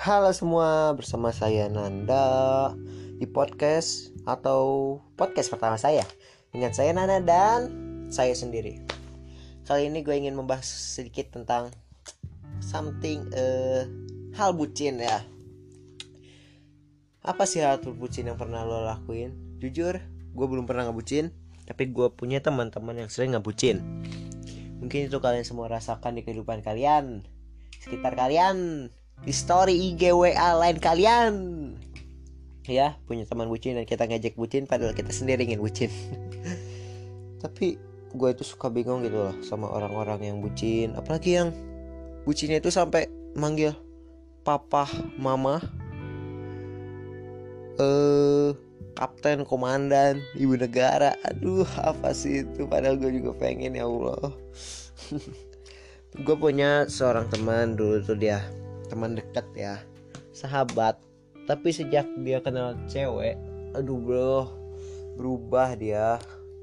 Halo semua, bersama saya Nanda di podcast pertama saya. Dengan saya Nanda dan saya sendiri. Kali ini gue ingin membahas sedikit tentang hal bucin ya. Apa sih hal bucin yang pernah lo lakuin? Jujur, gue belum pernah ngebucin, tapi gue punya teman-teman yang sering ngebucin. Mungkin itu kalian semua rasakan di kehidupan kalian, sekitar kalian, di story IG WA lain kalian. Ya, punya teman bucin dan kita ngejek bucin padahal kita sendiri ingin bucin. Tapi gue itu suka bingung gitu loh sama orang-orang yang bucin. Apalagi yang bucinnya itu sampai manggil papa, mama, kapten, komandan, ibu negara. Aduh, apa sih itu? Padahal gue juga pengen, ya Allah. Gue punya seorang teman dulu tuh, dia teman dekat ya, sahabat. Tapi sejak dia kenal cewek, aduh bro, berubah dia.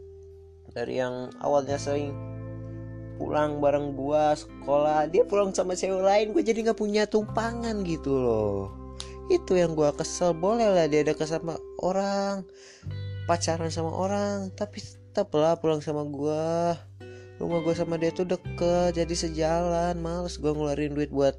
Dari yang awalnya sering pulang bareng gua sekolah, dia pulang sama cewek lain, gue jadi gak punya tumpangan gitu loh. Itu yang gua kesel. Boleh lah dia dekat sama orang, pacaran sama orang, tapi tetaplah pulang sama gua. Rumah gue sama dia tuh deket, jadi sejalan. Males gue ngeluarin duit buat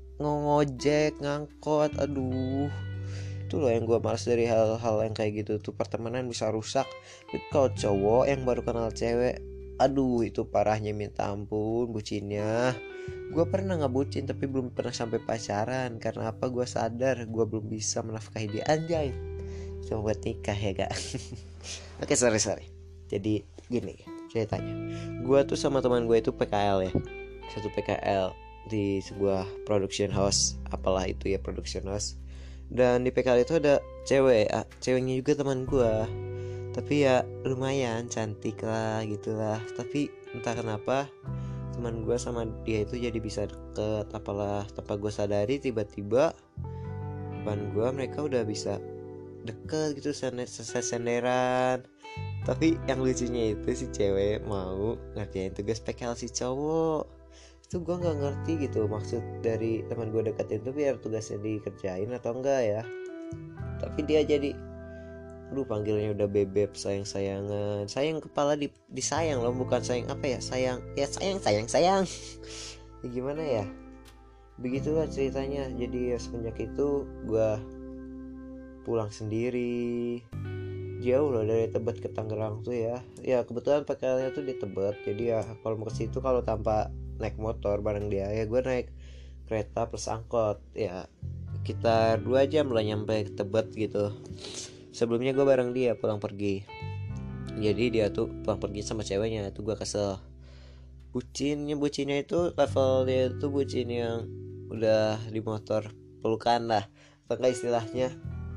ngojek, ngangkot. Aduh, itu loh yang gue males dari hal-hal yang kayak gitu tuh. Pertemanan bisa rusak. Tapi kalau cowok yang baru kenal cewek, aduh itu parahnya minta ampun bucinnya. Gue pernah ngebucin tapi belum pernah sampai pacaran. Karena apa? Gue sadar gue belum bisa menafkahi dia. Anjay, coba buat nikah ya gak? Oke, sorry. Jadi gini ceritanya, gue tuh sama teman gue itu PKL ya, satu PKL di sebuah production house, apalah itu ya, production house. Dan di PKL itu ada ceweknya juga teman gue, tapi ya lumayan cantik lah gitulah. Tapi entah kenapa teman gue sama dia itu jadi bisa deket, apalah tanpa gue sadari tiba-tiba depan gue mereka udah bisa deket gitu, senderan. Tapi yang lucunya itu si cewek mau ngerjain tugas PKL si cowok. Itu gue gak ngerti gitu maksud dari teman gue dekat itu biar tugasnya dikerjain atau enggak ya. Tapi dia jadi panggilnya udah bebek, sayang-sayangan. Sayang kepala disayang loh, bukan sayang apa ya, sayang. Ya sayang. Ya gimana ya, begitulah ceritanya. Jadi ya semenjak itu gue pulang sendiri, jauh loh dari Tebet ke Tangerang tuh ya. Ya kebetulan PKL-nya tuh di Tebet. Jadi ya kalau mau ke situ kalau tanpa naik motor bareng dia, ya gue naik kereta plus angkot. Ya kita 2 jam lah nyampe ke Tebet gitu. Sebelumnya gue bareng dia pulang pergi. Jadi dia tuh pulang pergi sama ceweknya. Itu gue kesel. Bucinnya itu level dia tuh bucin yang udah di motor pelukan lah. Atau enggak istilahnya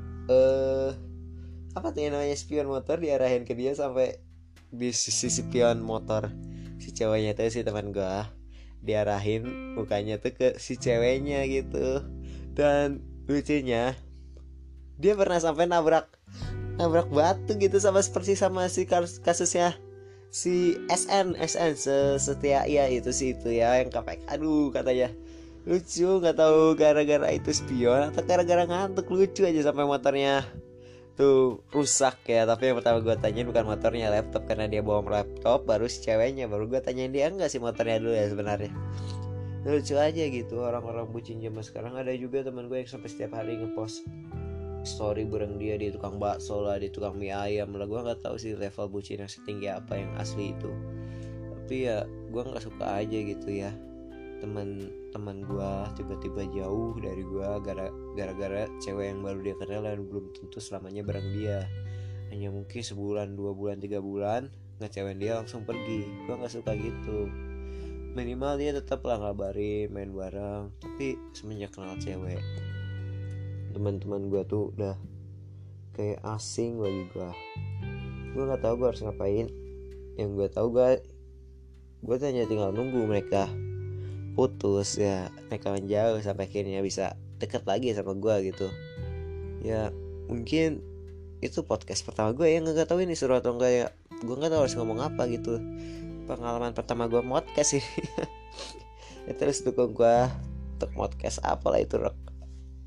apa tuh yang namanya, spion motor diarahin ke dia sampai di sisi spion motor si ceweknya tuh, si teman gua diarahin mukanya tuh ke si ceweknya gitu. Dan lucunya dia pernah sampai nabrak batu gitu, sama seperti sama si kasusnya si SN setia ya, itu ya yang KPK. Aduh, katanya lucu, nggak tahu gara-gara itu spion atau gara-gara ngantuk. Lucu aja sampai motornya tuh rusak ya. Tapi yang pertama gue tanyain bukan motornya, laptop, karena dia bawa laptop. Baru si ceweknya, baru gue tanyain dia enggak sih motornya dulu ya sebenarnya. Lucu aja gitu orang-orang bucin zaman sekarang. Ada juga teman gue yang sampai setiap hari ngepost story bareng dia di tukang bakso lah, di tukang mie ayam lah. Gue nggak tahu sih level bucin yang setinggi apa yang asli itu. Tapi ya gue nggak suka aja gitu ya, teman gue tiba-tiba jauh dari gue gara-gara cewek yang baru dia kenal dan belum tentu selamanya bareng dia. Hanya mungkin sebulan, 2 bulan, 3 bulan ngecewain dia langsung pergi. Gue gak suka gitu. Minimal dia tetap lah ngabarin, main bareng. Tapi semenjak kenal cewek, teman-teman gue tuh udah kayak asing bagi gue. Gue gak tahu gue harus ngapain. Yang gue tahu gue hanya tinggal nunggu mereka putus ya, mereka menjauh sampai akhirnya bisa deket lagi sama gue gitu. Ya mungkin itu podcast pertama gue yang nggak tahu ini seru atau enggak ya. Gue nggak tahu harus ngomong apa gitu. Pengalaman pertama gue podcast sih. Ya, terus dukung gue untuk podcast apalah itu, Rok.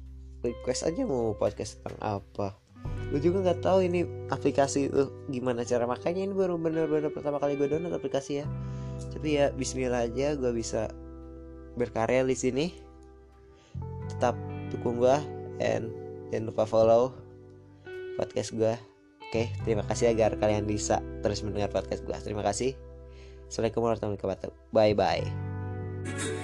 request aja mau podcast tentang apa. Gue juga nggak tahu ini aplikasi itu gimana cara makanya, ini baru bener-bener pertama kali gue download aplikasi ya. Tapi ya Bismillah aja gue bisa berkarya di sini. Tetap dukung gue, and jangan lupa follow podcast gue. Oke, terima kasih agar kalian bisa terus mendengar podcast gue. Terima kasih. Assalamualaikum warahmatullahi wabarakatuh. Bye bye.